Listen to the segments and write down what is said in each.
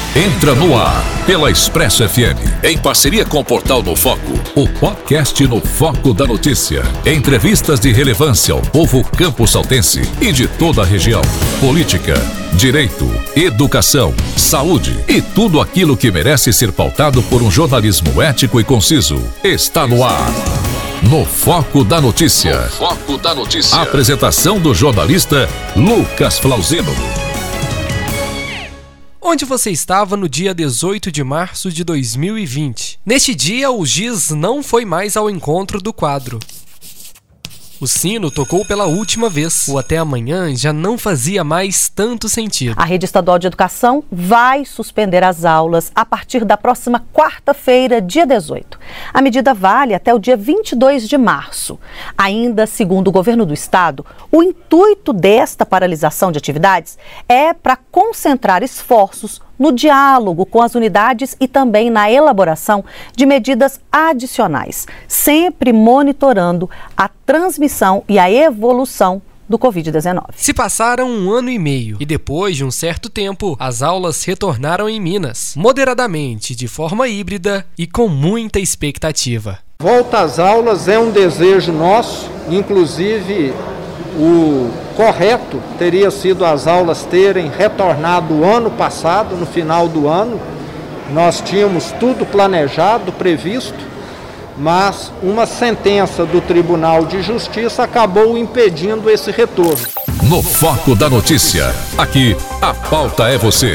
Entra no ar, pela Expresso FM, em parceria com o Portal No Foco, o podcast No Foco da Notícia. Entrevistas de relevância ao povo campo-saltense e de toda a região. Política, direito, educação, saúde e tudo aquilo que merece ser pautado por um jornalismo ético e conciso. Está no ar. No Foco da Notícia. No Foco da Notícia. Apresentação do jornalista Lucas Flauzino. Onde você estava no dia 18 de março de 2020? Neste dia, o Giz não foi mais ao encontro do quadro. O sino tocou pela última vez. O até amanhã já não fazia mais tanto sentido. A Rede Estadual de Educação vai suspender as aulas a partir da próxima quarta-feira, dia 18. A medida vale até o dia 22 de março. Ainda, segundo o governo do estado, o intuito desta paralisação de atividades é para concentrar esforços no diálogo com as unidades e também na elaboração de medidas adicionais, sempre monitorando a transmissão e a evolução do Covid-19. Se passaram 1 ano e meio e depois de um certo tempo, as aulas retornaram em Minas, moderadamente, de forma híbrida e com muita expectativa. Volta às aulas é um desejo nosso, inclusive o correto teria sido as aulas terem retornado o ano passado, no final do ano. Nós tínhamos tudo planejado, previsto, mas uma sentença do Tribunal de Justiça acabou impedindo esse retorno. No Foco da Notícia, aqui a pauta é você.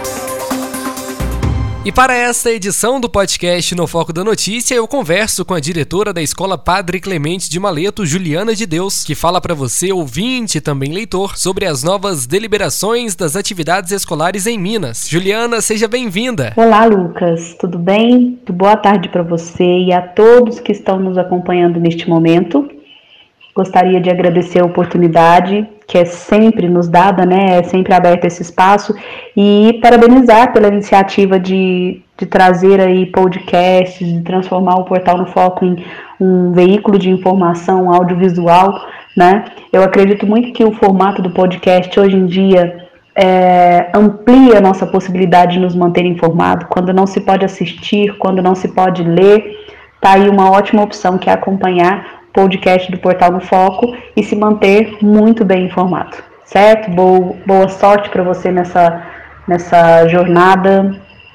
E para esta edição do podcast No Foco da Notícia, eu converso com a diretora da Escola Padre Clemente de Maleto, Juliana de Deus, que fala para você, ouvinte e também leitor, sobre as novas deliberações das atividades escolares em Minas. Juliana, seja bem-vinda. Olá, Lucas, tudo bem? Muito boa tarde para você e a todos que estão nos acompanhando neste momento. Gostaria de agradecer a oportunidade que é sempre nos dada, né? É sempre aberto esse espaço e parabenizar pela iniciativa de trazer aí podcasts, de transformar o Portal No Foco em um veículo de informação audiovisual, né? Eu acredito muito que o formato do podcast hoje em dia amplia a nossa possibilidade de nos manter informados. Quando não se pode assistir, quando não se pode ler, tá aí uma ótima opção que é acompanhar podcast do Portal No Foco e se manter muito bem informado, certo? Boa sorte para você nessa jornada,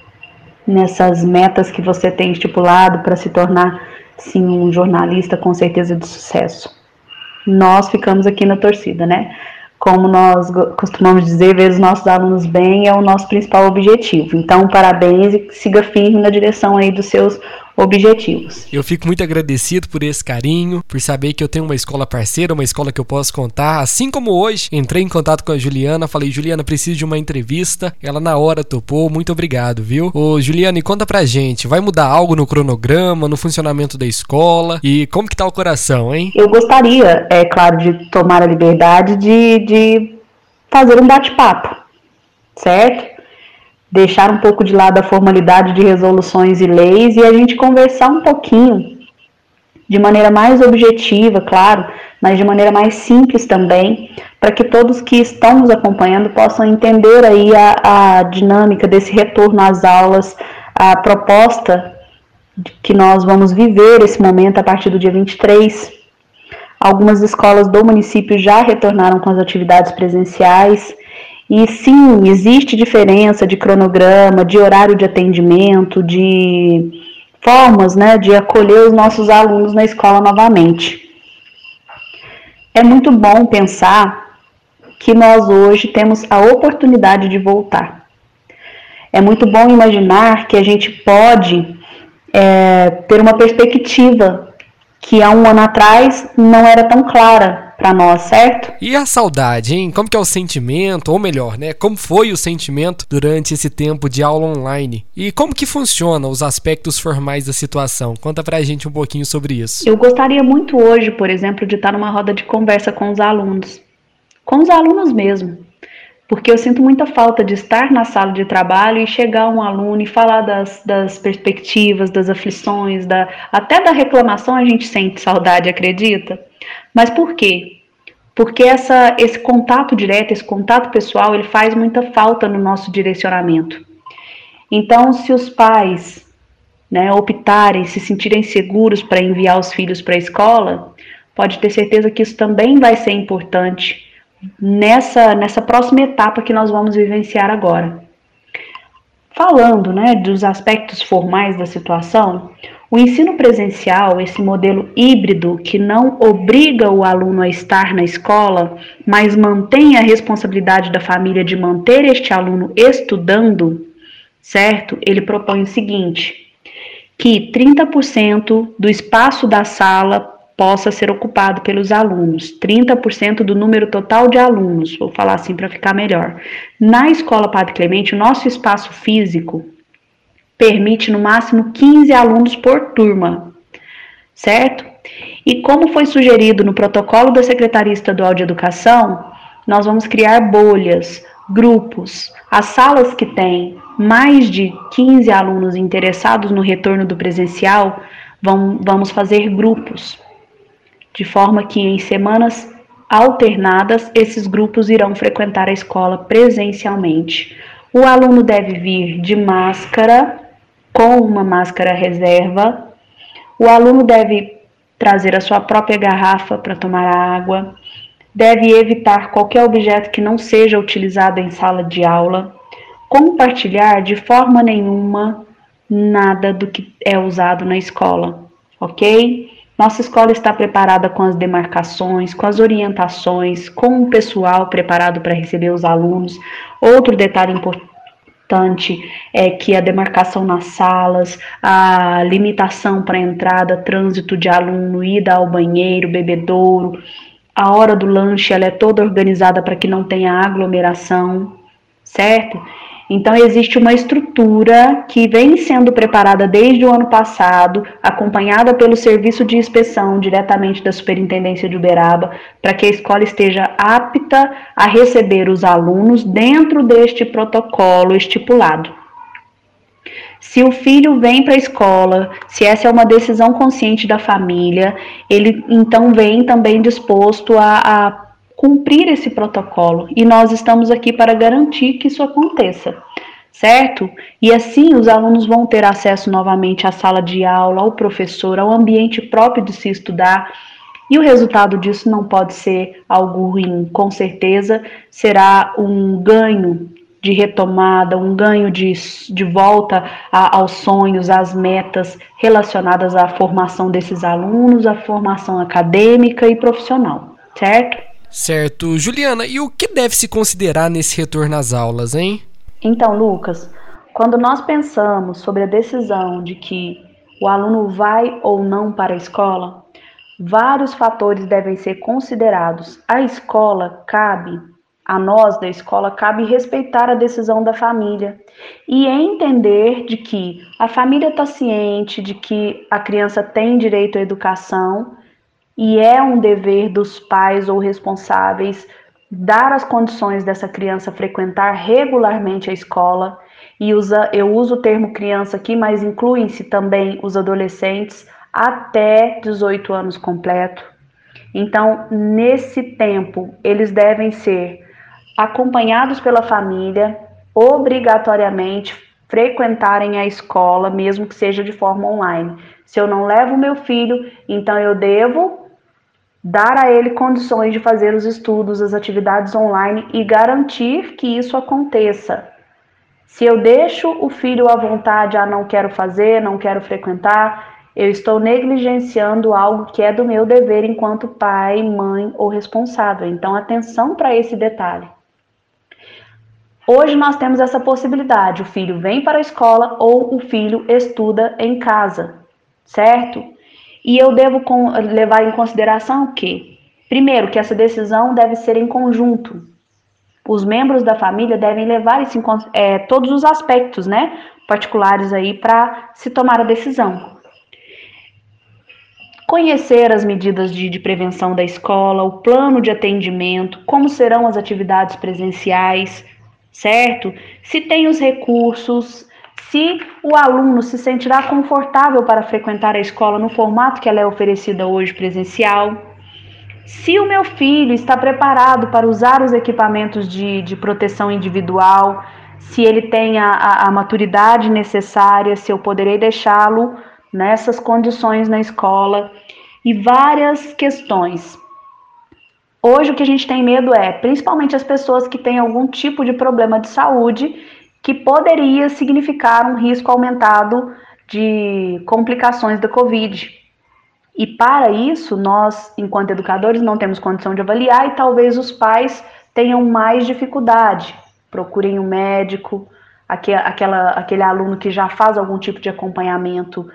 nessas metas que você tem estipulado para se tornar, sim, um jornalista com certeza de sucesso. Nós ficamos aqui na torcida, né? Como nós costumamos dizer, ver os nossos alunos bem é o nosso principal objetivo. Então, parabéns e siga firme na direção aí dos seus objetivos. Eu fico muito agradecido por esse carinho, por saber que eu tenho uma escola parceira, uma escola que eu posso contar. Assim como hoje, entrei em contato com a Juliana, falei, Juliana, preciso de uma entrevista. Ela na hora topou, muito obrigado, viu? Ô, Juliana, e conta pra gente, vai mudar algo no cronograma, no funcionamento da escola? E como que tá o coração, hein? Eu gostaria, é claro, de tomar a liberdade de fazer um bate-papo, certo? Deixar um pouco de lado a formalidade de resoluções e leis e a gente conversar um pouquinho de maneira mais objetiva, claro, mas de maneira mais simples também, para que todos que estão nos acompanhando possam entender aí a dinâmica desse retorno às aulas, a proposta que nós vamos viver esse momento a partir do dia 23. Algumas escolas do município já retornaram com as atividades presenciais. E sim, existe diferença de cronograma, de horário de atendimento, de formas, né, de acolher os nossos alunos na escola novamente. É muito bom pensar que nós hoje temos a oportunidade de voltar. É muito bom imaginar que a gente pode ter uma perspectiva que há 1 ano atrás não era tão clara para nós, certo? E a saudade, hein? Como que é o sentimento, ou melhor, né? Como foi o sentimento durante esse tempo de aula online? E como que funciona os aspectos formais da situação? Conta pra gente um pouquinho sobre isso. Eu gostaria muito hoje, por exemplo, de estar numa roda de conversa com os alunos mesmo. Porque eu sinto muita falta de estar na sala de trabalho e chegar um aluno e falar das perspectivas, das aflições, até da reclamação a gente sente saudade, acredita? Mas por quê? Porque esse contato direto, esse contato pessoal, ele faz muita falta no nosso direcionamento. Então, se os pais, né, optarem, se sentirem seguros para enviar os filhos para a escola, pode ter certeza que isso também vai ser importante nessa próxima etapa que nós vamos vivenciar agora. Falando, né, dos aspectos formais da situação, o ensino presencial, esse modelo híbrido que não obriga o aluno a estar na escola, mas mantém a responsabilidade da família de manter este aluno estudando, certo? Ele propõe o seguinte, que 30% do espaço da sala possa ser ocupado pelos alunos, 30% do número total de alunos, vou falar assim para ficar melhor. Na Escola Padre Clemente, o nosso espaço físico permite no máximo 15 alunos por turma, certo? E como foi sugerido no protocolo da Secretaria Estadual de Educação, nós vamos criar bolhas, grupos. As salas que têm mais de 15 alunos interessados no retorno do presencial, vamos fazer grupos, de forma que em semanas alternadas, esses grupos irão frequentar a escola presencialmente. O aluno deve vir de máscara, com uma máscara reserva. O aluno deve trazer a sua própria garrafa para tomar água. Deve evitar qualquer objeto que não seja utilizado em sala de aula. Compartilhar de forma nenhuma nada do que é usado na escola, ok? Nossa escola está preparada com as demarcações, com as orientações, com o pessoal preparado para receber os alunos. Outro detalhe importante é que a demarcação nas salas, a limitação para entrada, trânsito de aluno, ida ao banheiro, bebedouro, a hora do lanche, ela é toda organizada para que não tenha aglomeração, certo? Então, existe uma estrutura que vem sendo preparada desde o ano passado, acompanhada pelo Serviço de Inspeção, diretamente da Superintendência de Uberaba, para que a escola esteja apta a receber os alunos dentro deste protocolo estipulado. Se o filho vem para a escola, se essa é uma decisão consciente da família, ele então vem também disposto a cumprir esse protocolo, e nós estamos aqui para garantir que isso aconteça, certo? E assim os alunos vão ter acesso novamente à sala de aula, ao professor, ao ambiente próprio de se estudar, e o resultado disso não pode ser algo ruim, com certeza será um ganho de retomada, um ganho de volta aos sonhos, às metas relacionadas à formação desses alunos, à formação acadêmica e profissional, certo? Certo. Juliana, e o que deve se considerar nesse retorno às aulas, hein? Então, Lucas, quando nós pensamos sobre a decisão de que o aluno vai ou não para a escola, vários fatores devem ser considerados. A nós da escola, cabe respeitar a decisão da família e entender de que a família está ciente de que a criança tem direito à educação, e é um dever dos pais ou responsáveis dar as condições dessa criança frequentar regularmente a escola. E eu uso o termo criança aqui, mas incluem-se também os adolescentes até 18 anos completo. Então, nesse tempo, eles devem ser acompanhados pela família, obrigatoriamente frequentarem a escola, mesmo que seja de forma online. Se eu não levo meu filho, então eu devo dar a ele condições de fazer os estudos, as atividades online e garantir que isso aconteça. Se eu deixo o filho à vontade, não quero fazer, não quero frequentar, eu estou negligenciando algo que é do meu dever enquanto pai, mãe ou responsável. Então, atenção para esse detalhe. Hoje nós temos essa possibilidade, o filho vem para a escola ou o filho estuda em casa, certo? E eu devo levar em consideração que, primeiro, que essa decisão deve ser em conjunto. Os membros da família devem levar todos os aspectos, né, particulares aí para se tomar a decisão. Conhecer as medidas de prevenção da escola, o plano de atendimento, como serão as atividades presenciais, certo? Se tem os recursos, se o aluno se sentirá confortável para frequentar a escola no formato que ela é oferecida hoje presencial, se o meu filho está preparado para usar os equipamentos de proteção individual, se ele tem a maturidade necessária, se eu poderei deixá-lo nessas condições na escola, e várias questões. Hoje o que a gente tem medo é, principalmente as pessoas que têm algum tipo de problema de saúde, que poderia significar um risco aumentado de complicações da Covid. E para isso, nós, enquanto educadores, não temos condição de avaliar e talvez os pais tenham mais dificuldade. Procurem um médico, aquele aluno que já faz algum tipo de acompanhamento,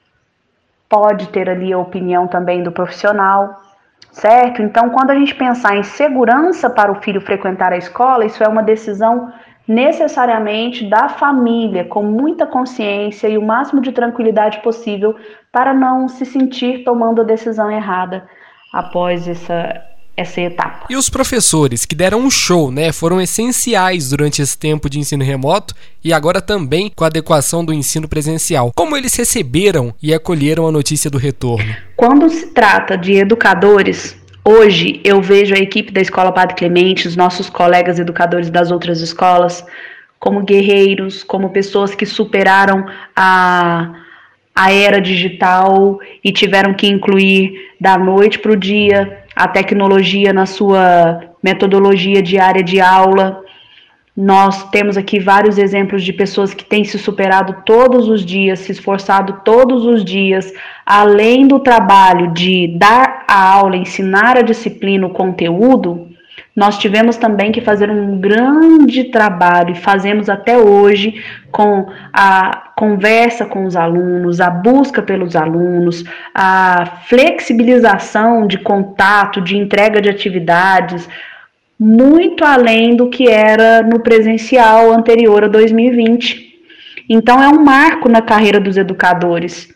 pode ter ali a opinião também do profissional, certo? Então, quando a gente pensar em segurança para o filho frequentar a escola, isso é uma decisão necessariamente da família, com muita consciência e o máximo de tranquilidade possível para não se sentir tomando a decisão errada após essa etapa. E os professores que deram um show, né, foram essenciais durante esse tempo de ensino remoto e agora também com a adequação do ensino presencial. Como eles receberam e acolheram a notícia do retorno? Quando se trata de educadores, hoje eu vejo a equipe da Escola Padre Clemente, os nossos colegas educadores das outras escolas, como guerreiros, como pessoas que superaram a era digital e tiveram que incluir da noite para o dia a tecnologia na sua metodologia diária de aula. Nós temos aqui vários exemplos de pessoas que têm se superado todos os dias, se esforçado todos os dias, além do trabalho de dar a aula, ensinar a disciplina, o conteúdo. Nós tivemos também que fazer um grande trabalho, e fazemos até hoje, com a conversa com os alunos, a busca pelos alunos, a flexibilização de contato, de entrega de atividades, muito além do que era no presencial anterior a 2020. Então, é um marco na carreira dos educadores.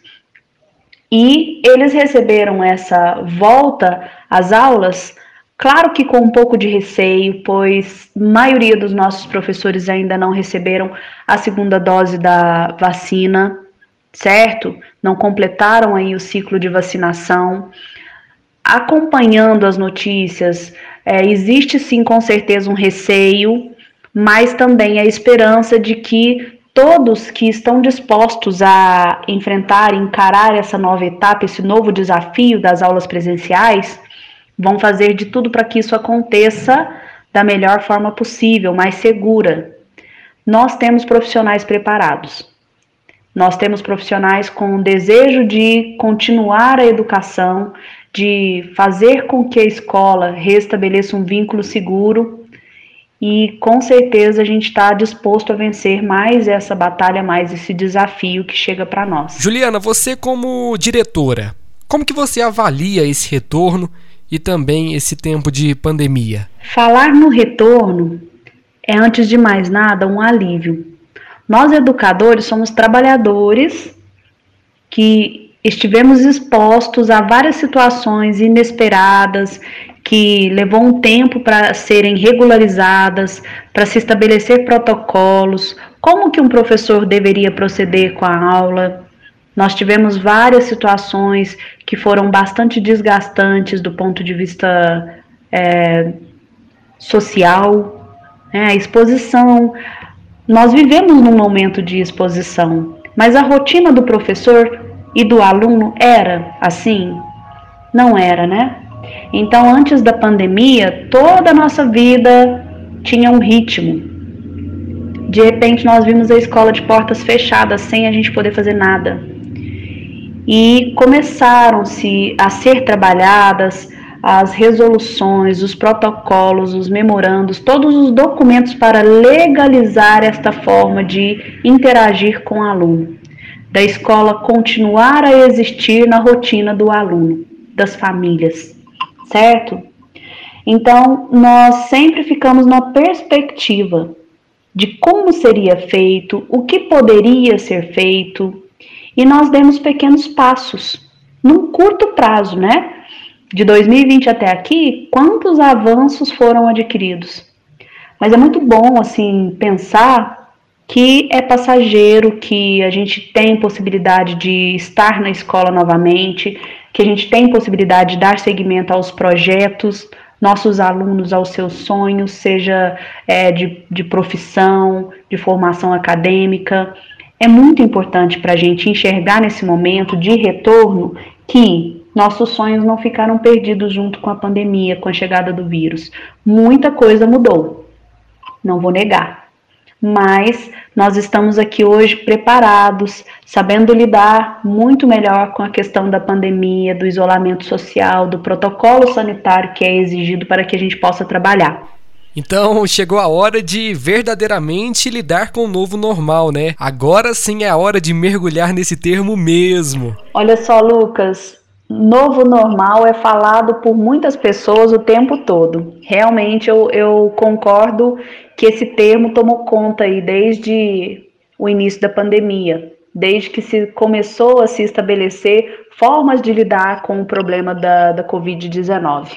E eles receberam essa volta às aulas, claro que com um pouco de receio, pois a maioria dos nossos professores ainda não receberam a segunda dose da vacina, certo? Não completaram aí o ciclo de vacinação. Acompanhando as notícias, existe sim com certeza um receio, mas também a esperança de que todos que estão dispostos a enfrentar, encarar essa nova etapa, esse novo desafio das aulas presenciais, vão fazer de tudo para que isso aconteça da melhor forma possível, mais segura. Nós temos profissionais preparados. Nós temos profissionais com o desejo de continuar a educação, de fazer com que a escola restabeleça um vínculo seguro e com certeza a gente está disposto a vencer mais essa batalha, mais esse desafio que chega para nós. Juliana, você como diretora, como que você avalia esse retorno e também esse tempo de pandemia? Falar no retorno é, antes de mais nada, um alívio. Nós, educadores, somos trabalhadores que estivemos expostos a várias situações inesperadas, que levou um tempo para serem regularizadas, para se estabelecer protocolos, como que um professor deveria proceder com a aula. Nós tivemos várias situações que foram bastante desgastantes do ponto de vista social, a exposição. Nós vivemos num momento de exposição, mas a rotina do professor e do aluno era assim? Não era, né? Então, antes da pandemia, toda a nossa vida tinha um ritmo. De repente, nós vimos a escola de portas fechadas, sem a gente poder fazer nada. E começaram-se a ser trabalhadas as resoluções, os protocolos, os memorandos, todos os documentos para legalizar esta forma de interagir com o aluno. Da escola continuar a existir na rotina do aluno, das famílias, certo? Então, nós sempre ficamos na perspectiva de como seria feito, o que poderia ser feito, e nós demos pequenos passos, num curto prazo, né? De 2020 até aqui, quantos avanços foram adquiridos? Mas é muito bom, assim, pensar que é passageiro, que a gente tem possibilidade de estar na escola novamente, que a gente tem possibilidade de dar seguimento aos projetos nossos alunos aos seus sonhos, seja de profissão, de formação acadêmica. É muito importante para a gente enxergar nesse momento de retorno que nossos sonhos não ficaram perdidos junto com a pandemia, com a chegada do vírus. Muita coisa mudou, não vou negar. Mas nós estamos aqui hoje preparados, sabendo lidar muito melhor com a questão da pandemia, do isolamento social, do protocolo sanitário que é exigido para que a gente possa trabalhar. Então chegou a hora de verdadeiramente lidar com o novo normal, né? Agora sim é a hora de mergulhar nesse termo mesmo. Olha só, Lucas, novo normal é falado por muitas pessoas o tempo todo. Realmente eu concordo que esse termo tomou conta aí desde o início da pandemia, desde que se começou a se estabelecer formas de lidar com o problema da Covid-19.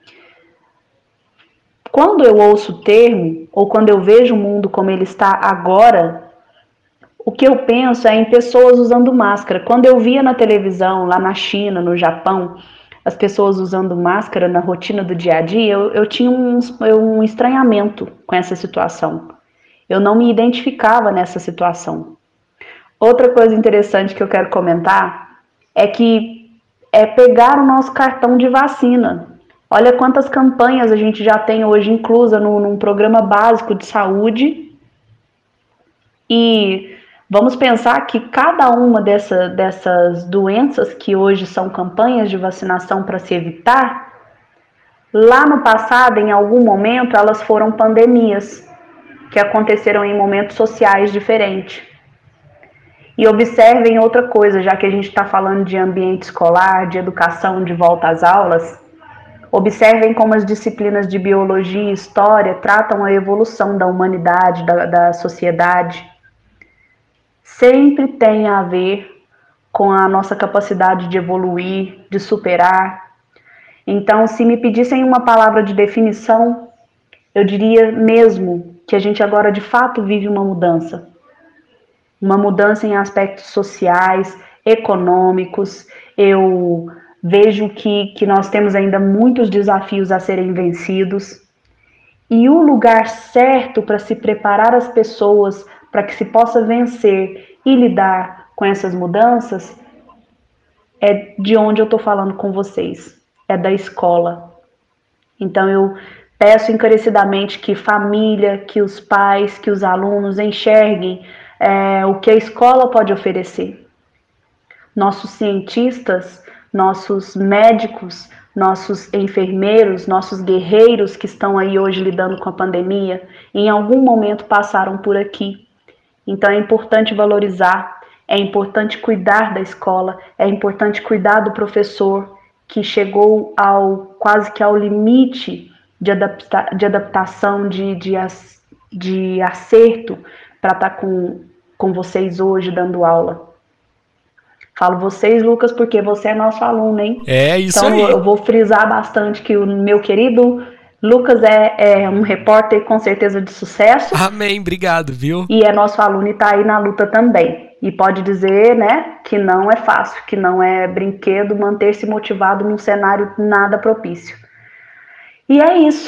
Quando eu ouço o termo, ou quando eu vejo o mundo como ele está agora, o que eu penso é em pessoas usando máscara. Quando eu via na televisão, lá na China, no Japão, as pessoas usando máscara na rotina do dia a dia, eu tinha um estranhamento com essa situação. Eu não me identificava nessa situação. Outra coisa interessante que eu quero comentar é que pegar o nosso cartão de vacina. Olha quantas campanhas a gente já tem hoje inclusa num programa básico de saúde. E vamos pensar que cada uma dessas doenças que hoje são campanhas de vacinação para se evitar, lá no passado, em algum momento, elas foram pandemias que aconteceram em momentos sociais diferentes. E observem outra coisa, já que a gente está falando de ambiente escolar, de educação, de volta às aulas, observem como as disciplinas de biologia e história tratam a evolução da humanidade, da sociedade. Sempre tem a ver com a nossa capacidade de evoluir, de superar. Então, se me pedissem uma palavra de definição, eu diria mesmo que a gente agora de fato vive uma mudança. Uma mudança em aspectos sociais, econômicos. Eu vejo que nós temos ainda muitos desafios a serem vencidos. E o lugar certo para se preparar as pessoas para que se possa vencer e lidar com essas mudanças, é de onde eu estou falando com vocês, é da escola. Então eu peço encarecidamente que família, que os pais, que os alunos enxerguem o que a escola pode oferecer. Nossos cientistas, nossos médicos, nossos enfermeiros, nossos guerreiros que estão aí hoje lidando com a pandemia, em algum momento passaram por aqui. Então é importante valorizar, é importante cuidar da escola, é importante cuidar do professor que chegou quase que ao limite de adaptação, de acerto para estar com vocês hoje dando aula. Falo vocês, Lucas, porque você é nosso aluno, hein? É isso então, aí. Eu vou frisar bastante que o meu querido Lucas é um repórter com certeza de sucesso. Amém, obrigado, viu? E é nosso aluno e está aí na luta também. E pode dizer, né, que não é fácil, que não é brinquedo manter-se motivado num cenário nada propício. E é isso.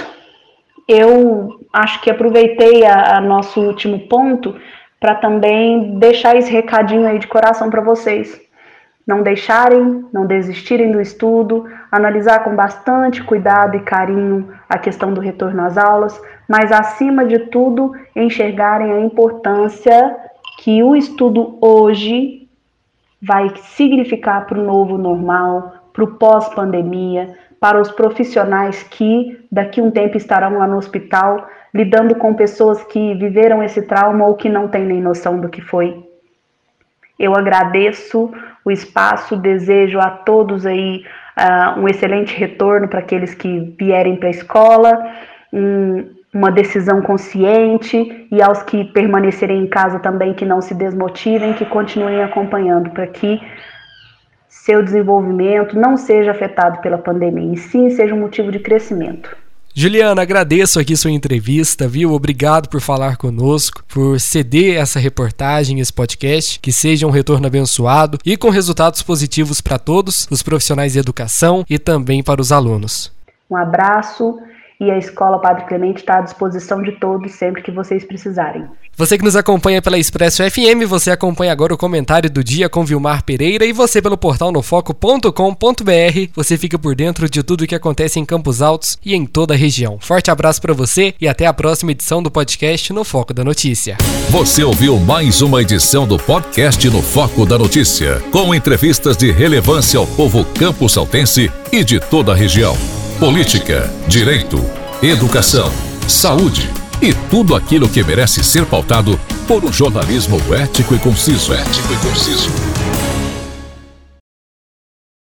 Eu acho que aproveitei a nosso último ponto para também deixar esse recadinho aí de coração para vocês. Não deixarem, não desistirem do estudo, analisar com bastante cuidado e carinho a questão do retorno às aulas, mas acima de tudo enxergarem a importância que o estudo hoje vai significar para o novo normal, para o pós-pandemia, para os profissionais que daqui a um tempo estarão lá no hospital lidando com pessoas que viveram esse trauma ou que não têm nem noção do que foi. Eu agradeço o espaço, desejo a todos aí um excelente retorno para aqueles que vierem para a escola, uma decisão consciente, e aos que permanecerem em casa também, que não se desmotivem, que continuem acompanhando para que seu desenvolvimento não seja afetado pela pandemia, e sim seja um motivo de crescimento. Juliana, agradeço aqui sua entrevista, viu? Obrigado por falar conosco, por ceder essa reportagem, esse podcast, que seja um retorno abençoado e com resultados positivos para todos os profissionais de educação e também para os alunos. Um abraço e a Escola Padre Clemente está à disposição de todos sempre que vocês precisarem. Você que nos acompanha pela Expresso FM, você acompanha agora o comentário do dia com Vilmar Pereira e você pelo portal nofoco.com.br, você fica por dentro de tudo o que acontece em Campos Altos e em toda a região. Forte abraço para você e até a próxima edição do podcast No Foco da Notícia. Você ouviu mais uma edição do podcast No Foco da Notícia, com entrevistas de relevância ao povo campossaltense e de toda a região. Política, direito, educação, saúde e tudo aquilo que merece ser pautado por um jornalismo ético e conciso.